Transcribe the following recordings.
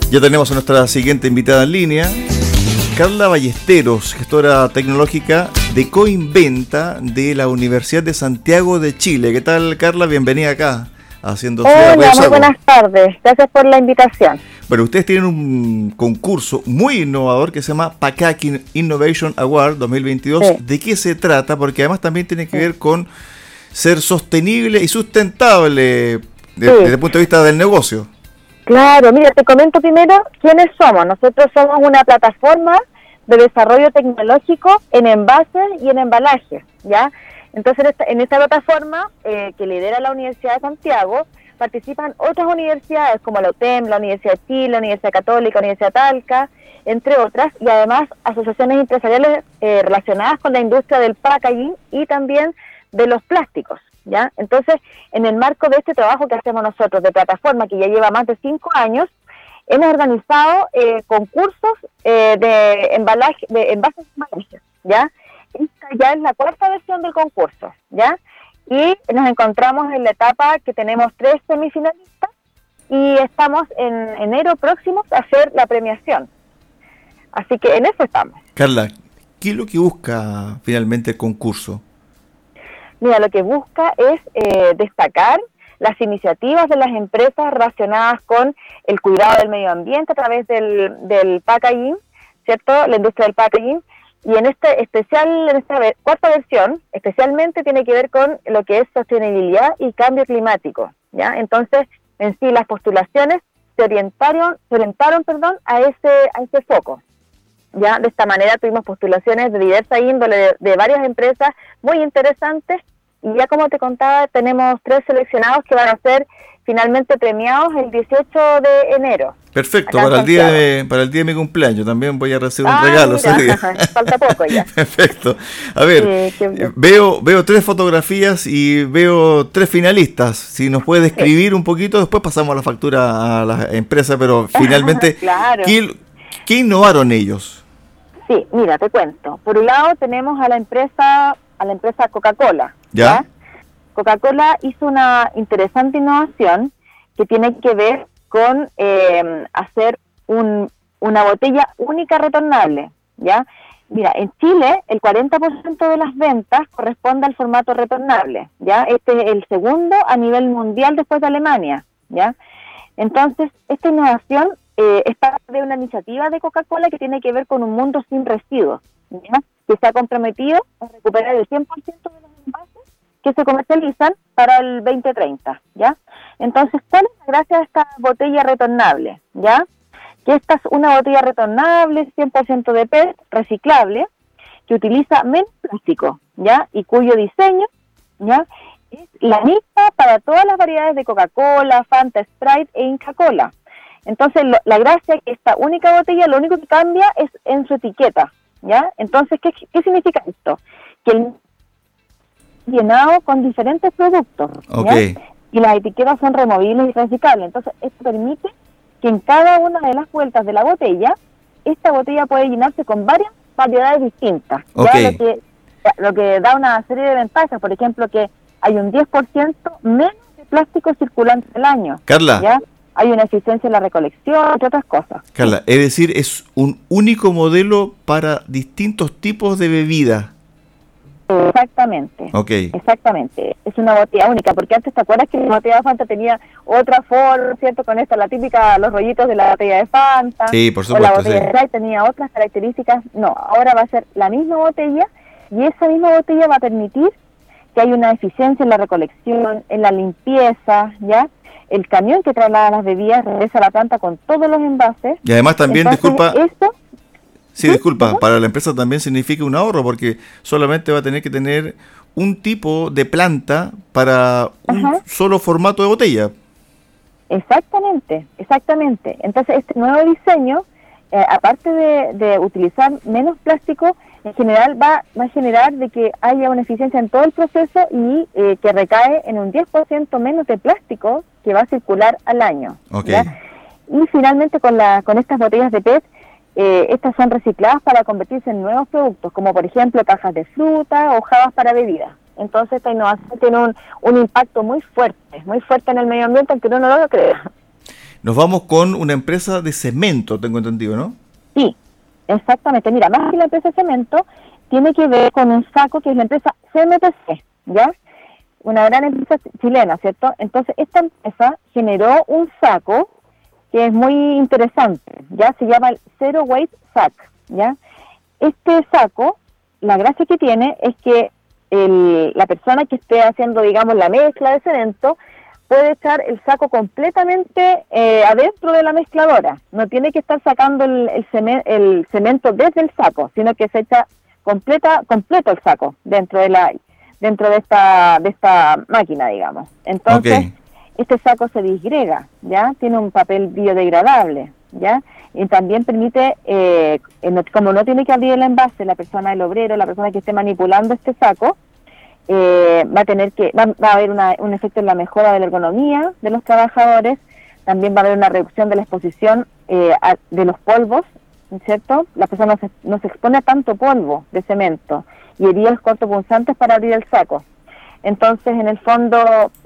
Ya tenemos a nuestra siguiente invitada en línea, Carla Ballesteros, gestora tecnológica de Coinventa de la Universidad de Santiago de Chile. ¿Qué tal, Carla? Bienvenida acá, haciendo Hola, muy buenas tardes. Gracias por la invitación. Bueno, ustedes tienen un concurso muy innovador que se llama PACAC Innovation Award 2022. Sí. ¿De qué se trata? Porque además también tiene que ver con ser sostenible y sustentable desde el punto de vista del negocio. Claro, mira, te comento primero quiénes somos. Nosotros somos una plataforma de desarrollo tecnológico en envases y en embalajes, ¿ya? Entonces, en esta plataforma que lidera la Universidad de Santiago, participan otras universidades como la UTEM, la Universidad de Chile, la Universidad Católica, la Universidad Talca, entre otras, y además asociaciones empresariales relacionadas con la industria del packaging y también de los plásticos, ¿ya? Entonces, en el marco de este trabajo que hacemos nosotros de plataforma, que ya lleva más de 5 años, hemos organizado concursos de envases y embalajes, ¿ya? Esta ya es la 4ª versión del concurso, ¿ya? Y nos encontramos en la etapa que tenemos 3 semifinalistas y estamos en enero próximo a hacer la premiación. Así que en eso estamos. Carla, ¿qué es lo que busca finalmente el concurso? Mira, lo que busca es destacar las iniciativas de las empresas relacionadas con el cuidado del medio ambiente a través del packaging, ¿cierto? La industria del packaging. Y en esta 4ª versión, especialmente tiene que ver con lo que es sostenibilidad y cambio climático, ¿ya? Entonces, en sí, las postulaciones se orientaron a ese foco, ¿ya? De esta manera tuvimos postulaciones de diversa índole, de varias empresas muy interesantes, y ya como te contaba, tenemos 3 seleccionados que van a ser finalmente premiados el 18 de enero. Perfecto, para el día de mi cumpleaños también voy a recibir un regalo. Mira, falta poco ya. Perfecto. A ver, veo 3 fotografías y veo 3 finalistas. Si nos puede describir un poquito, después pasamos la factura a la empresa, pero finalmente, claro. ¿Qué innovaron ellos? Sí, mira, te cuento. Por un lado tenemos a la empresa Coca-Cola. ¿Ya? Coca-Cola hizo una interesante innovación que tiene que ver con hacer una botella única retornable, ¿ya? Mira, en Chile el 40% de las ventas corresponde al formato retornable, ¿ya? Este es el segundo a nivel mundial después de Alemania, ¿ya? Entonces, esta innovación es parte de una iniciativa de Coca-Cola que tiene que ver con un mundo sin residuos, ¿ya? Que se ha comprometido a recuperar el 100% de los envases que se comercializan para el 2030, ¿ya? Entonces, ¿cuál es la gracia de esta botella retornable, ya? Que esta es una botella retornable, 100% de PET, reciclable, que utiliza menos plástico, ¿ya? Y cuyo diseño, ¿ya? Es la misma para todas las variedades de Coca-Cola, Fanta, Sprite e Inca Kola. Entonces, la gracia es que esta única botella, lo único que cambia es en su etiqueta, ¿ya? Entonces, ¿qué significa esto? Que el llenado con diferentes productos, okay, ¿ya? Y las etiquetas son removibles y reciclables. Entonces, esto permite que en cada una de las vueltas de la botella, esta botella puede llenarse con varias variedades distintas, okay, ¿ya? Lo que da una serie de ventajas, por ejemplo, que hay un 10% menos de plástico circulante al año. Carla, ¿ya? Hay una eficiencia en la recolección, entre otras cosas. Carla, es decir, es un único modelo para distintos tipos de bebidas. Exactamente. Okay. Exactamente. Es una botella única, porque antes te acuerdas que la botella de Fanta tenía otra forma, ¿cierto? Con esta, la típica, los rollitos de la botella de Fanta. Sí, por supuesto. O la botella de Sprite tenía otras características. No, ahora va a ser la misma botella, y esa misma botella va a permitir que haya una eficiencia en la recolección, en la limpieza, ¿ya? El camión que traslada las bebidas regresa a la planta con todos los envases. Y además también, entonces, disculpa, para la empresa también significa un ahorro, porque solamente va a tener que tener un tipo de planta para un solo formato de botella. Exactamente. Entonces, este nuevo diseño, aparte de utilizar menos plástico, en general va a generar de que haya una eficiencia en todo el proceso y que recae en un 10% menos de plástico que va a circular al año. Okay. ¿Ya? Y finalmente con estas botellas de PET, estas son recicladas para convertirse en nuevos productos, como por ejemplo cajas de fruta o jabas para bebidas. Entonces esta innovación tiene un impacto muy fuerte en el medio ambiente, aunque uno no lo crea. Nos vamos con una empresa de cemento, tengo entendido, ¿no? Sí, exactamente. Mira, más que la empresa de cemento, tiene que ver con un saco que es la empresa CMPC, ¿ya? Una gran empresa chilena, ¿cierto? Entonces, esta empresa generó un saco que es muy interesante, ¿ya? Se llama el Zero Waste Sack, ¿ya? Este saco, la gracia que tiene es que la persona que esté haciendo, digamos, la mezcla de cemento puede echar el saco completamente adentro de la mezcladora. No tiene que estar sacando el cemento desde el saco, sino que se echa completo el saco dentro de esta máquina, digamos. Entonces, este saco se disgrega, ¿ya? Tiene un papel biodegradable, ¿ya? Y también permite, como no tiene que abrir el envase, la persona, el obrero, la persona que esté manipulando este saco, va a haber un efecto en la mejora de la ergonomía de los trabajadores, también va a haber una reducción de la exposición de los polvos, ¿cierto? La persona no se expone a tanto polvo de cemento y evita los cortopunzantes para abrir el saco. Entonces, en el fondo,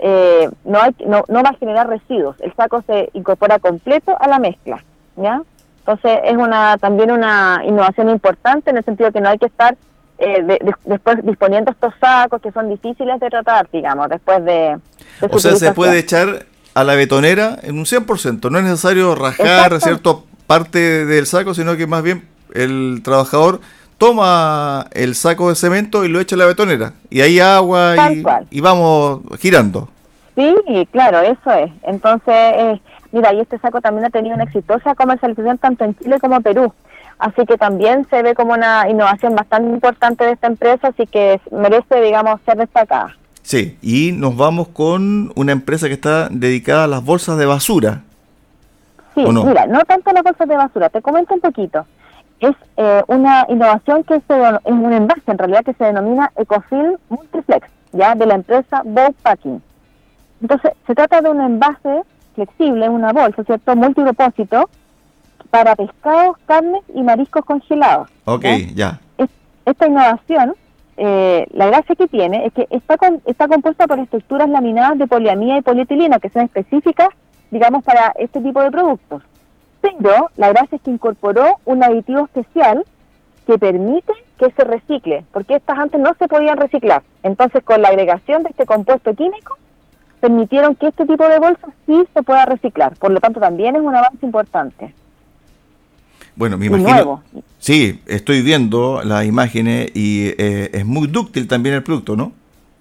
no va a generar residuos. El saco se incorpora completo a la mezcla, ¿ya? Entonces, es también una innovación importante en el sentido que no hay que estar después disponiendo estos sacos que son difíciles de tratar, digamos, después de su utilización. Se puede echar a la betonera en un 100%. No es necesario rajar, ¿cierto?, parte del saco, sino que más bien el trabajador toma el saco de cemento y lo echa a la betonera. Y hay agua y vamos girando. Sí, claro, eso es. Entonces, mira, y este saco también ha tenido una exitosa comercialización tanto en Chile como Perú. Así que también se ve como una innovación bastante importante de esta empresa, así que merece, digamos, ser destacada. Sí, y nos vamos con una empresa que está dedicada a las bolsas de basura. Sí, no? Mira, no tanto las bolsas de basura, te comento un poquito. Es una innovación que es un envase, en realidad, que se denomina Ecofilm Multiflex, ya, de la empresa Bow Packing. Entonces, se trata de un envase flexible, una bolsa, ¿cierto?, multipropósito, para pescados, carnes y mariscos congelados. Ok, ya. Esta innovación, la gracia que tiene es que está compuesta por estructuras laminadas de poliamida y polietileno, que son específicas, digamos, para este tipo de productos. Pero la gracia es que incorporó un aditivo especial que permite que se recicle, porque estas antes no se podían reciclar. Entonces, con la agregación de este compuesto químico, permitieron que este tipo de bolsas sí se pueda reciclar. Por lo tanto, también es un avance importante. Bueno, me imagino. Sí, estoy viendo las imágenes y es muy dúctil también el producto, ¿no?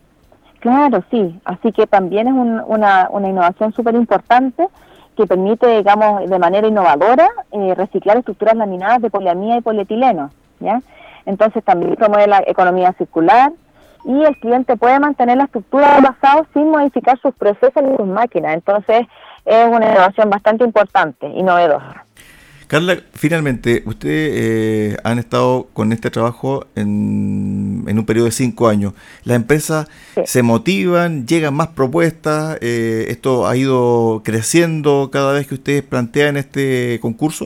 Claro, sí. Así que también es una innovación súper importante que permite, digamos, de manera innovadora reciclar estructuras laminadas de poliamida y polietileno, ¿ya? Entonces también promueve la economía circular y el cliente puede mantener la estructura del envasado sin modificar sus procesos ni sus máquinas. Entonces es una innovación bastante importante y novedosa. Carla, finalmente, ustedes han estado con este trabajo en un periodo de 5 años. ¿Las empresas se motivan, llegan más propuestas? ¿Esto ha ido creciendo cada vez que ustedes plantean este concurso?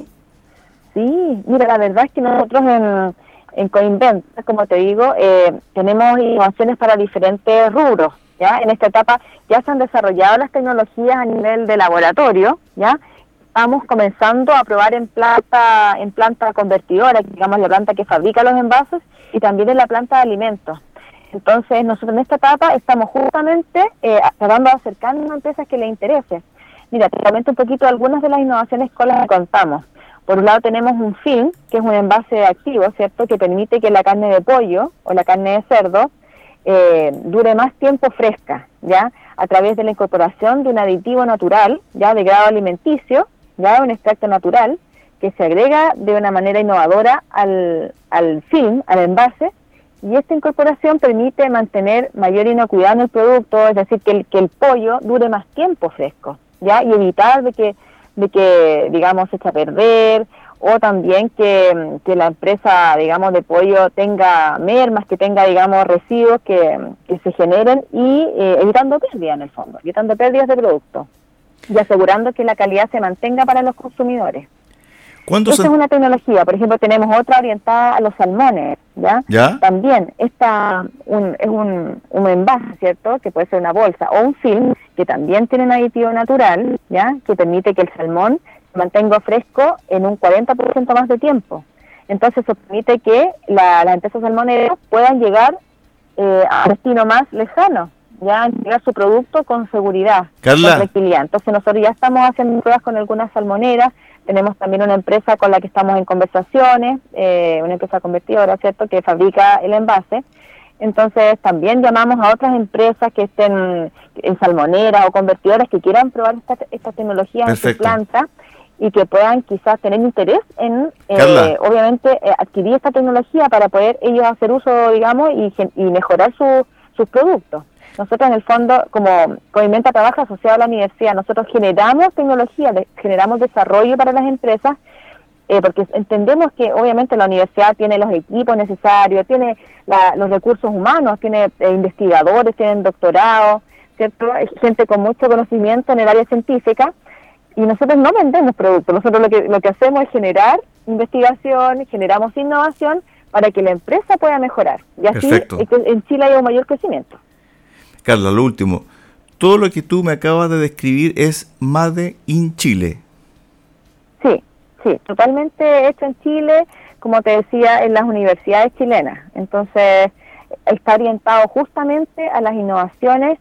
Sí, mira, la verdad es que nosotros en Coinvent, como te digo, tenemos innovaciones para diferentes rubros, ¿ya? En esta etapa ya se han desarrollado las tecnologías a nivel de laboratorio, ¿ya? Estamos comenzando a probar en planta convertidora, digamos la planta que fabrica los envases, y también en la planta de alimentos. Entonces, nosotros en esta etapa estamos justamente tratando de acercarnos a empresas que les interese. Mira, te comento un poquito algunas de las innovaciones con las que contamos. Por un lado tenemos un film, que es un envase activo, ¿cierto?, que permite que la carne de pollo o la carne de cerdo dure más tiempo fresca, ¿ya?, a través de la incorporación de un aditivo natural, ya de grado alimenticio, ya un extracto natural, que se agrega de una manera innovadora al film, al envase, y esta incorporación permite mantener mayor inocuidad en el producto, es decir, que el pollo dure más tiempo fresco, ya, y evitar de que digamos, se eche a perder, o también que la empresa, digamos, de pollo tenga mermas, que tenga, digamos, residuos que se generen y evitando pérdidas en el fondo, evitando pérdidas de producto y asegurando que la calidad se mantenga para los consumidores. Esta es una tecnología. Por ejemplo, tenemos otra orientada a los salmones, ¿ya? También es un envase, ¿cierto?, que puede ser una bolsa o un film, que también tienen aditivo natural, ¿ya? Que permite que el salmón se mantenga fresco en un 40% más de tiempo. Entonces eso permite que las empresas salmoneras puedan llegar a un destino más lejano, ya entregar su producto con seguridad, Carla, con tranquilidad. Entonces nosotros ya estamos haciendo pruebas con algunas salmoneras, tenemos también una empresa con la que estamos en conversaciones, una empresa convertidora, ¿cierto?, que fabrica el envase. Entonces también llamamos a otras empresas que estén en salmoneras o convertidoras que quieran probar esta tecnología en su planta y que puedan quizás tener interés en, obviamente, adquirir esta tecnología para poder ellos hacer uso, digamos, y mejorar sus productos. Nosotros en el fondo, como Coinventa trabaja asociado a la universidad, nosotros generamos tecnología, generamos desarrollo para las empresas, porque entendemos que obviamente la universidad tiene los equipos necesarios, tiene los recursos humanos, tiene investigadores, tienen doctorados, ¿cierto? Hay gente con mucho conocimiento en el área científica, y nosotros no vendemos productos, nosotros lo que hacemos es generar investigación, generamos innovación para que la empresa pueda mejorar, y así en Chile haya un mayor crecimiento. Carla, lo último, todo lo que tú me acabas de describir es Made in Chile. Sí, totalmente hecho en Chile, como te decía, en las universidades chilenas. Entonces, está orientado justamente a las innovaciones,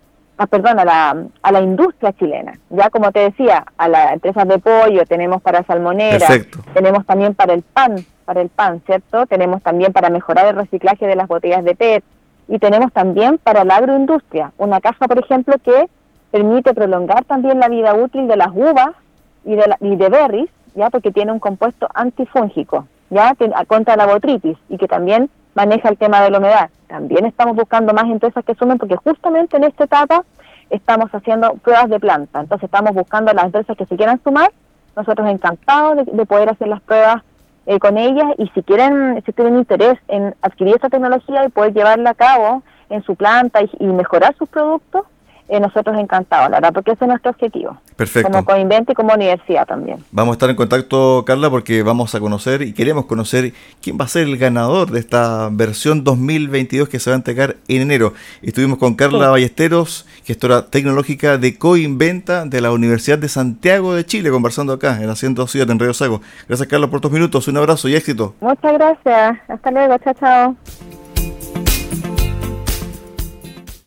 a la industria chilena. Ya como te decía, a las empresas de pollo, tenemos para salmoneras, tenemos también para el pan, ¿cierto? Tenemos también para mejorar el reciclaje de las botellas de PET, y tenemos también para la agroindustria, una caja, por ejemplo, que permite prolongar también la vida útil de las uvas y de berries, ya, porque tiene un compuesto antifúngico, ya, contra la botrytis, y que también maneja el tema de la humedad. También estamos buscando más empresas que sumen, porque justamente en esta etapa estamos haciendo pruebas de planta. Entonces estamos buscando a las empresas que se quieran sumar, nosotros encantados de poder hacer las pruebas con ellas, y si tienen interés en adquirir esta tecnología y poder llevarla a cabo en su planta y mejorar sus productos, nosotros encantados, la verdad, porque ese es nuestro objetivo. Perfecto. Como Coinventa y como universidad también. Vamos a estar en contacto, Carla, porque vamos a conocer y queremos conocer quién va a ser el ganador de esta versión 2022 que se va a entregar en enero. Estuvimos con Carla Ballesteros, gestora tecnológica de Coinventa de la Universidad de Santiago de Chile, conversando acá en Haciendo Ciudad en Radio Sago. Gracias, Carla, por tus minutos. Un abrazo y éxito. Muchas gracias. Hasta luego. Chao, chao.